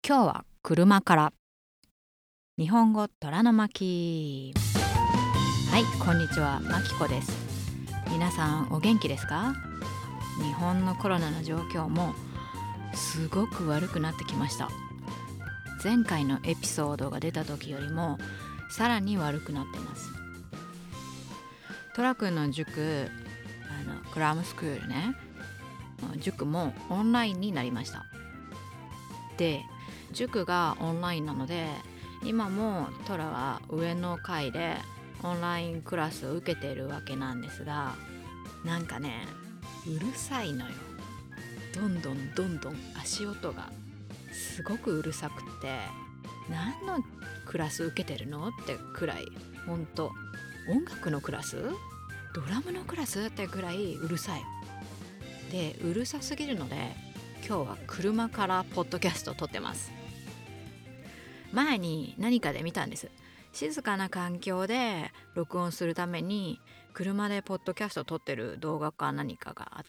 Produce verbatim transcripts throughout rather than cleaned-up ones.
今日は車から日本語虎の巻。はい、こんにちは、まきこです。皆さんお元気ですか？日本のコロナの状況もすごく悪くなってきました。前回のエピソードが出た時よりもさらに悪くなってます。トラ君の塾、あのクラムスクールね、塾もオンラインになりました。で、塾がオンラインなので、今もトラは上の階でオンラインクラスを受けているわけなんですが、なんかね、うるさいのよ。どんどんどんどん足音がすごくうるさくて、何のクラス受けてるのってくらい、ほんと音楽のクラス？ドラムのクラスってくらいうるさい。で、うるさすぎるので、今日は車からポッドキャストを撮ってます。前に何かで見たんです。静かな環境で録音するために車でポッドキャストを撮ってる動画か何かがあって、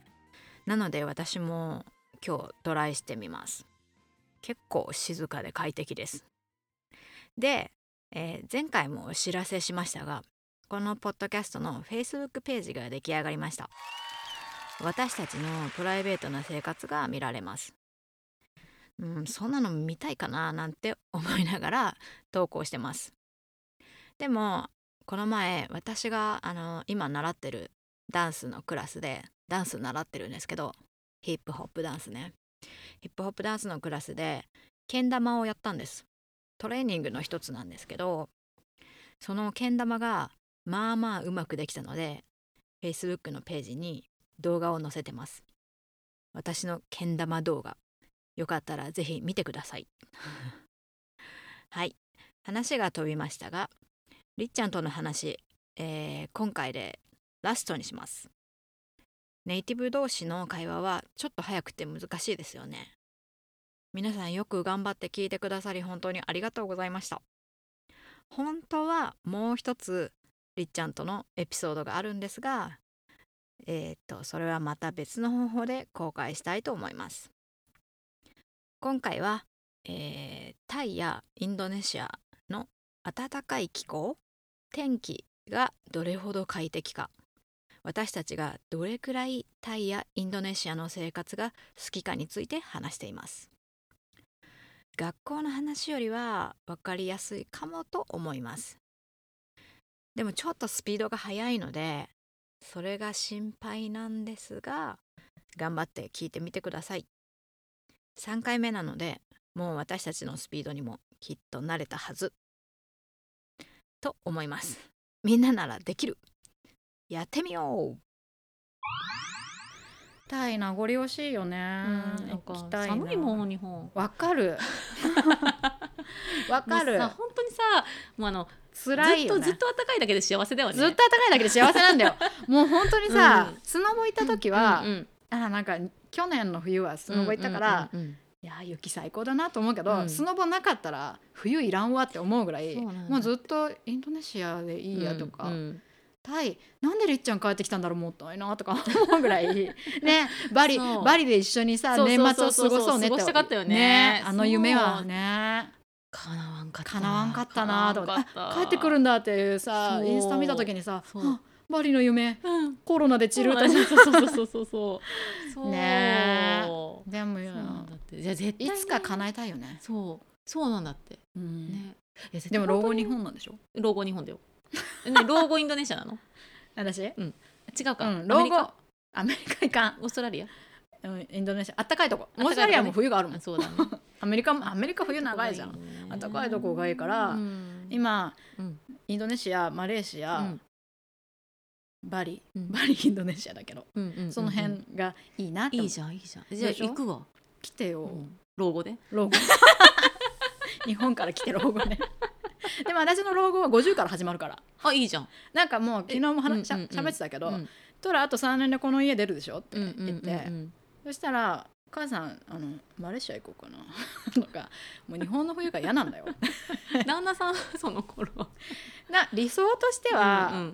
なので私も今日トライしてみます。結構静かで快適です。で、えー前回もお知らせしましたが、このポッドキャストの Facebook ページが出来上がりました。私たちのプライベートな生活が見られます。うん、そんなの見たいかななんて思いながら投稿してます。でもこの前、私があの今習ってるダンスのクラスでダンス習ってるんですけど、ヒップホップダンスね。ヒップホップダンスのクラスでけん玉をやったんです。トレーニングの一つなんですけど、そのけん玉がまあまあうまくできたので Facebook のページに動画を載せてます。私のけん玉動画、よかったらぜひ見てください。はい、話が飛びましたが、りっちゃんとの話、えー今回でラストにします。ネイティブ同士の会話はちょっと早くて難しいですよね。皆さんよく頑張って聞いてくださり本当にありがとうございました。本当はもう一つりっちゃんとのエピソードがあるんですが、えー、っとそれはまた別の方法で公開したいと思います。今回は、えータイやインドネシアの暖かい気候、天気がどれほど快適か、私たちがどれくらいタイやインドネシアの生活が好きかについて話しています。学校の話よりは分かりやすいかもと思います。でもちょっとスピードが速いので、それが心配なんですが、頑張って聞いてみてください。さんかいめなので、もう私たちのスピードにもきっと慣れたはずと思います。みんなならできる。やってみよう。タイ名残惜しいよね。 うんなんか行きたいな。 寒いもん日本。 わかる。わかる。 もうさ本当にさ、もうあの辛いよね。 ずっとずっと暖かいだけで幸せだよね。 ずっと暖かいだけで幸せなんだよ。もう本当にさ、 うんスノボ行った時は、 うんうんあなんか去年の冬はスノボ行ったから、 うんうんうんいや雪最高だなと思うけど、 うんスノボなかったら冬いらんわって思うぐらい、 そうなんだもうずっとインドネシアでいいやとか、 うんうんタイなんでりっちゃん帰ってきたんだろう、もったいなとか思うぐらいね、バリそうバリで一緒にさそう年そうそう末を過ごそうねって過ごしたかったよねあの夢はそうね叶わんかった叶わんかったなと思って、 叶わんかったあ帰ってくるんだっていうさそうインスタ見た時にさ、 そうあバリの夢うんコロナで散るとそうそうそうそうそうそうそうねえそうでもそうなんだってじゃあ絶対いねつか叶えたいよね、 そうそうなんだってうんね。いや絶対でも老後日本本なんでしょ当に老後日本だよ。えね老後インドネシアなの？ 私、 違うか、 うん、 アメリカ老後アメリカ行かん、 オーストラリアうんインドネシアあったかいとこ、 あったかいとこねオーストラリアも冬があるもん、 あそうだねアメリカもアメリカ冬長いじゃん、あったかいとこがいいから、 うん今うんインドネシアマレーシア、 うんバリうんバリインドネシアだけど、 うんうんうんその辺がいいなって思う。 いいじゃんいいじゃん。じゃあでしょ行くわ、 来てよ、 うん老後で。 老後日本から来て老後ねでも私の老後はごじゅうから始まるから、 あいいじゃん。 なんかもう昨日も話しゃうんうんうん喋ってたけど、 うんトラあとさんねんでこの家出るでしょってうん言って、 うんうんうんそしたらお母さんあのマレーシア行こうかなとか、もう日本の冬が嫌なんだよ旦那さんその頃な理想としては、 うんうん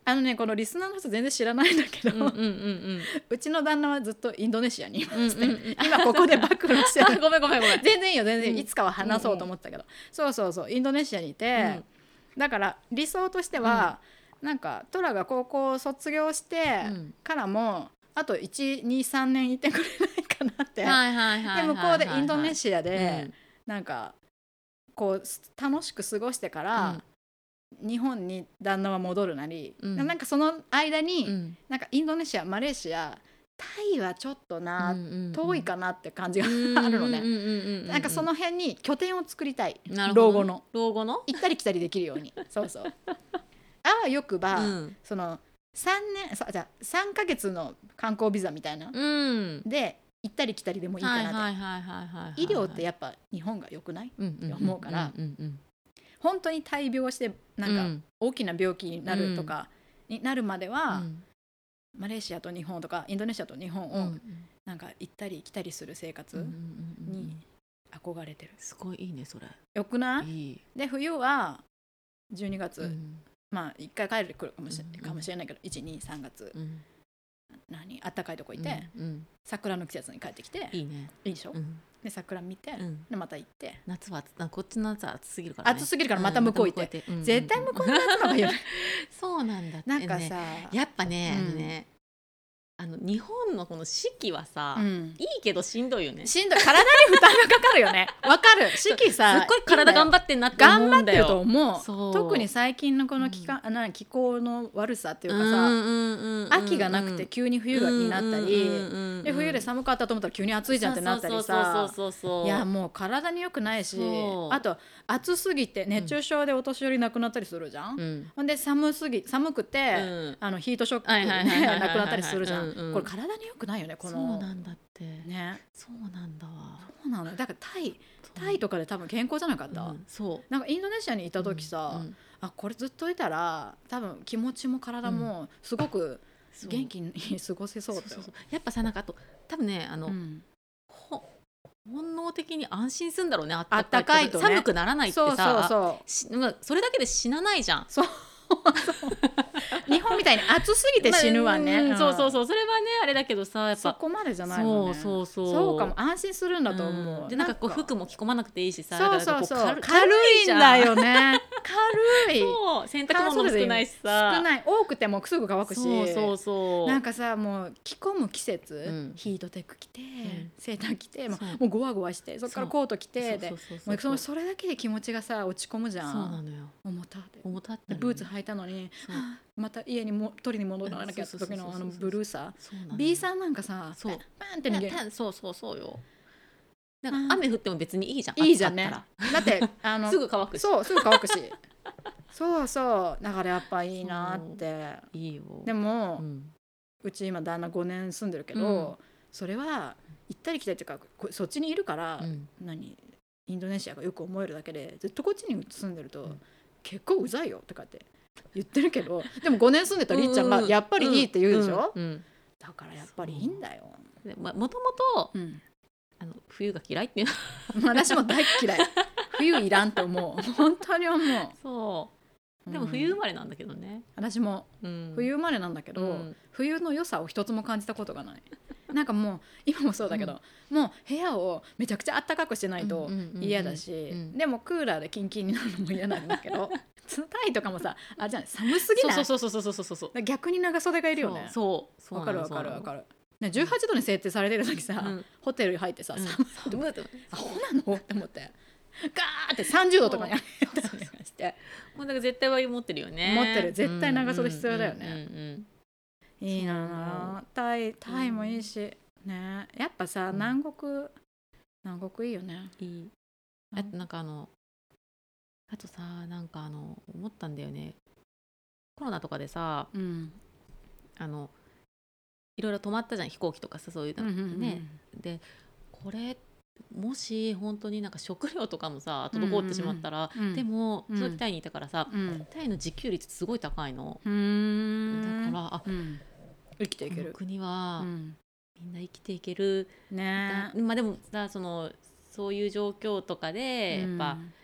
あのねこのリスナーの人全然知らないんだけど、 うんうんうんうんうちの旦那はずっとインドネシアにいまして、 うんうんうん今ここで暴露してるあごめんごめんごめん全然いいよ全然いい、 うんいつかは話そうと思ってたけど、そうそうそうインドネシアにいて、だから理想としては、なんかトラが高校を卒業してうんからもあといちにさんねんいてくれないかなって、 はいはいはいはいはいで向こうでインドネシアうでんなんかこう楽しく過ごしてから日本に旦那は戻るなり、 うんなんかその間に、 うんなんかインドネシアマレーシアタイはちょっとな、 うんうんうん遠いかなって感じがうんあるのね、 うんうんうんうんなんかその辺に拠点を作りたい、 なるほど老後の老後の行ったり来たりできるようにそうそうあわよくば、 うんそのさんねんさじゃあさんかげつの観光ビザみたいな、 うんで行ったり来たりでもいいかなって、 はいはいはいはいはいはい医療ってやっぱ日本が良くない、 うんうん思うからうんうん本当に大病してなんかうん大きな病気になるとかになるまでは、 うんマレーシアと日本とかインドネシアと日本をうんなんか行ったり来たりする生活うんうんうんに憧れてる、 すごいいいねそれよくない？ いいで冬はじゅうにがつ、 うんまあいっかい帰ってくるかもしれ,、 うんかもしれないけどいち、に、さんがつ、 うん何あったかいとこ行って、 うんうん桜の季節に帰ってきていいいいねでしょ、 うんで桜見て、 うんでまた行って夏は暑こっちの夏は暑すぎるからね暑すぎるからまた向こう行って、 うん絶対向こうの夏の方がいいよねそうなんだってねなんかさ、 やっぱねうんあのねあの日本のこの四季はさ、 うんいいけどしんどいよね。すしんどい体に負担がかかるよねわかる四季さっごい体頑っ張ってんなって思頑張ってるうんだよ。 と思うそう特に最近のこの気,、 うな気候の悪さっていうかさ、 うんうんうんうん秋がなくて急に冬がになったり、 うんうんうんうんで冬で寒かったと思ったら急に暑いじゃんってなったりさ、 そうそうそうそうそういやもう体に良くないし、 そうあと暑すぎて熱中症でお年寄り亡くなったりするじゃん、 うんほんで寒すぎ寒くて、 うんあのヒートショックはいではいはいはいはい亡くなったりするじゃん、 うんうんこれ体に良くないよねこそうのなんだってねそうなんだわそうなのだからタイタイとかで多分健康じゃなかった、 うんそうなんかインドネシアにいた時さ、 うんあこれずっといたら多分気持ちも体もすごくそう元気に過ごせそうってそうそうそうやっぱさなんかあと多分ねあの、 うんほ本能的に安心するんだろうねあっあったたかいかいとね寒くならないってそうそうさそうしまあそれだけで死なないじゃん。 そう日本みたいに暑すぎて死ぬわね、 まあうんそうそううそうそれはねあれだけどさやっぱそこまでじゃないもんねそうそうそうそうかも安心するんだと思う、 んでなんかこう服も着込まなくていいしさそうだからそうそうこ軽軽いんじゃだよね軽いそう洗濯物も少ないしさ少ない多くてもすぐ乾くしそうそうそうなんかさもう着込む季節、 うんヒートテック着て、 んセーター着てもそううもうゴワゴワしてそっからコート着てでそうそうそうもうそのそれだけで気持ちがさ落ち込むじゃんそうなのよ重たって重たってでブーツ履いたのに、 そうはあまた家にも取りに戻らなきゃって時のあのそうそうそうそうブルーさそうなのよ B さんなんかさそうパンって逃げるたそうそうそうよなんか雨降っても別にいいじゃんいいじゃんね暑かだってあのったらすぐ乾くしそうすぐ乾くしそうそうだからやっぱいいなっていいよでも、 ううんち今旦那ごねん住んでるけど、 うんそれは行ったり来たりっていうかこそっちにいるから、 うん何インドネシアがよく思えるだけでずっとこっちに住んでると、 うん結構うざいよとかって言ってるけどでもごねん住んでたりっちゃんがうんやっぱりいいって言うでしょ、 うんうんだからやっぱりいいんだよ、 でまもともとうん、 あの冬が嫌いっていう私も大っ嫌い冬いらんと思う本当に思うそうでも冬生まれなんだけどね、 私もうん冬生まれなんだけど、 うん冬の良さを一つも感じたことがないなんかもう今もそうだけど、もう部屋をめちゃくちゃ暖かくしてないと嫌だし、 うんうんうんうんでもクーラーでキンキンになるのも嫌なんだけどタイとかもさあれじゃない寒すぎないそうそうそうそうそうそうそうそう逆に長袖がいるよねそうそうわかるわかるわるかる、ね、じゅうはちどに設定されてる時さ、 うんホテル入ってさ、 うん寒い寒いってアホなのって思ってガーってさんじゅうどとかに上げたりとかしてもうだから絶対は持ってるよね持ってる絶対長袖必要だよねうんうんうんうんいいなタイタイもいいし、ねやっぱさ、 うん南国南国いいよねいいあとなんかあのあとさなんかあの思ったんだよねコロナとかでさうんあのいろいろ止まったじゃん飛行機とかさそういうの、 うんうんうんねでこれもし本当になんか食料とかもさ滞ってしまったら、 うんうんうんでもうんその時タイにいたからさ、 うんタイの自給率すごい高いの、 うーんだからあうん生きていけこのる、 国はうんみんな生きていける、 ねだまあでもさそのそういう状況とかでやっぱ、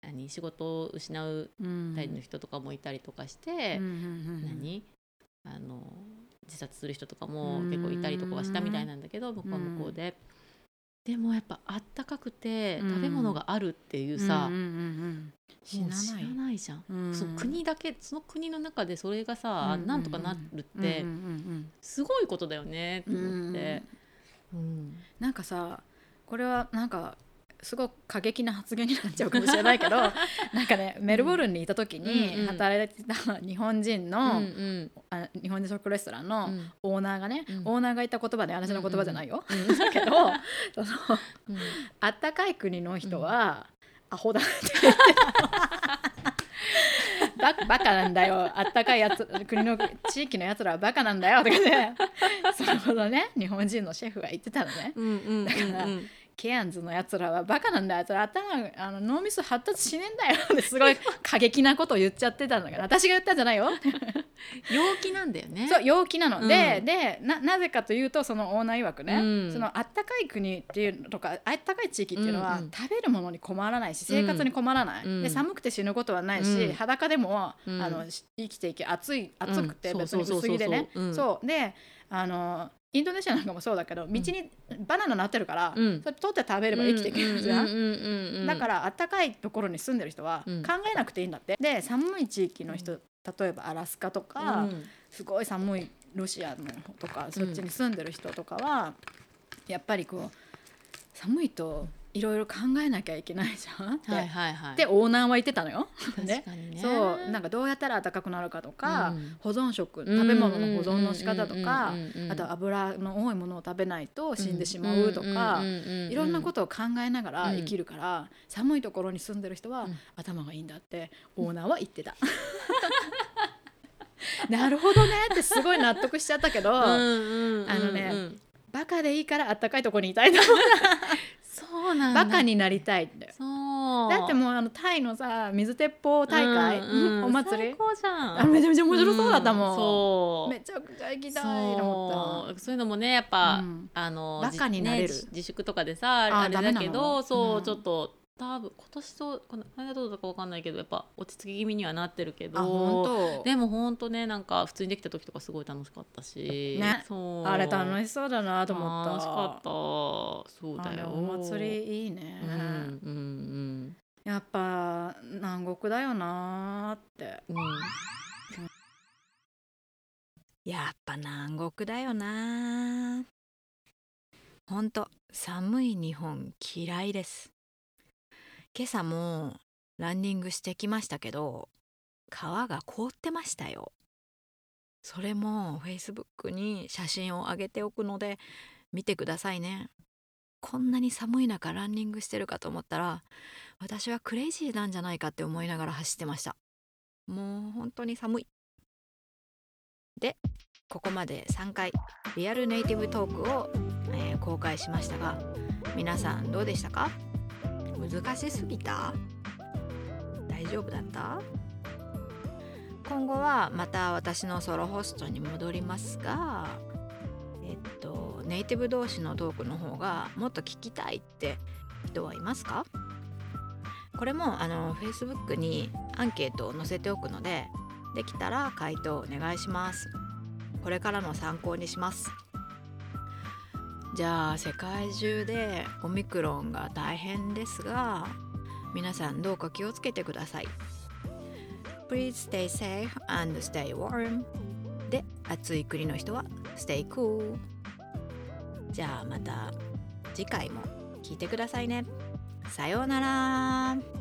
何仕事を失うたりの人とかもいたりとかして、 うんうんうん何あの自殺する人とかも結構いたりとかはしたみたいなんだけど、向こうは向こうで、でもやっぱあったかくてうん食べ物があるっていうさ、 うんうんうんうん死もうなない知らないじゃん、 うんその国だけその国の中でそれがさ、 うんうんなんとかなるってうんうんうんすごいことだよねと思って、 うんうんなんかさこれはなんかすごく過激な発言になっちゃうかもしれないけどなんかねメルボルンにいた時にうんうん働いてた日本人の、 うんうんあ日本人食レストランのうんオーナーがね、 うんオーナーが言った言葉で私の言葉じゃないよ、 うんだけどそのうんあったかい国の人は、アホだって言ってたバ, バカなんだよあったかいやつ国の地域のやつらはバカなんだよとかねそのほどね日本人のシェフが言ってたのね、 うんうんうんだからケアンズのやつらはバカなんだよ、頭あの脳みそ発達しねえんだよってすごい過激なことを言っちゃってたんだから私が言ったんじゃないよ陽気なんだよね。 そう陽気なの、 うんで, で な, なぜかというとそのオーナー曰くね、 うんそのあったかい国っていうのとかあったかい地域っていうのは、 うんうん食べるものに困らないし生活に困らない、 うんで寒くて死ぬことはないし、 うん裸でも、 うんあのし生きていけ暑い暑くてうん別に薄着でね、 そうそうそうそううんそうであのインドネシアなんかもそうだけど道にバナナなってるから、 うんそれ取って食べれば生きていけるじゃん、 うんうんうんうんうんだからあったかいところに住んでる人はうん考えなくていいんだって。で寒い地域の人、例えばアラスカとか、 うんすごい寒いロシアのとかそっちに住んでる人とかは、やっぱりこう寒いといろいろ考えなきゃいけないじゃんって、 はいはいはい。 でオーナーは言ってたのよ。 確ねかにね。 そうなんかどうやったら暖かくなるかとか、 うん保存食食べ物の保存の仕方とか、 うんうんうんうんあと油の多いものを食べないと死んでしまうとか、いろんなことを考えながら生きるから、寒いところに住んでる人はうん頭がいいんだってオーナーは言ってた。なるほどねってすごい納得しちゃったけど、 うんうんうんうんあのねバカでいいからあったかいところにいたいと思う。 そうなんだ。 バカになりたいんだよ。 そう。 だってもうあのタイのさ水鉄砲大会、 うんうんお祭り最高じゃん。 あめちゃめちゃ面白そうだったもん、 うんそう。 めちゃくちゃ行きたいと思った。 そうそういうのもねやっぱ、 うんあのバカになれるじね自粛とかでさああれだけダメなどのそう、 うんちょっと多分今年とこの間どうだかわかんないけどやっぱ落ち着き気味にはなってるけど、 あ本当でも本当ねなんか普通にできた時とかすごい楽しかったし、 ねそうあれ楽しそうだなと思った。 楽しかった。そうだよ。 あれお祭りいいね、 うんうんやっぱ南国だよなーって。 うんうん。 やっぱ南国だよな。ほんと寒い日本嫌いです。今朝もランニングしてきましたけど川が凍ってましたよ。それも Facebook に写真を上げておくので見てくださいね。こんなに寒い中ランニングしてるかと思ったら私はクレイジーなんじゃないかって思いながら走ってました。もう本当に寒い。でここまでさんかいリアルネイティブトークを、えー公開しましたが皆さんどうでしたか？難しすぎた？大丈夫だった？今後はまた私のソロホストに戻りますが、えっとネイティブ同士のトークの方がもっと聞きたいって人はいますか？これもあの Facebook にアンケートを載せておくのでできたら回答お願いします。これからの参考にします。じゃあ世界中でオミクロンが大変ですが皆さんどうか気をつけてください。 Please stay safe and stay warm で暑い国の人は Stay cool。 じゃあまた次回も聞いてくださいね。さようなら。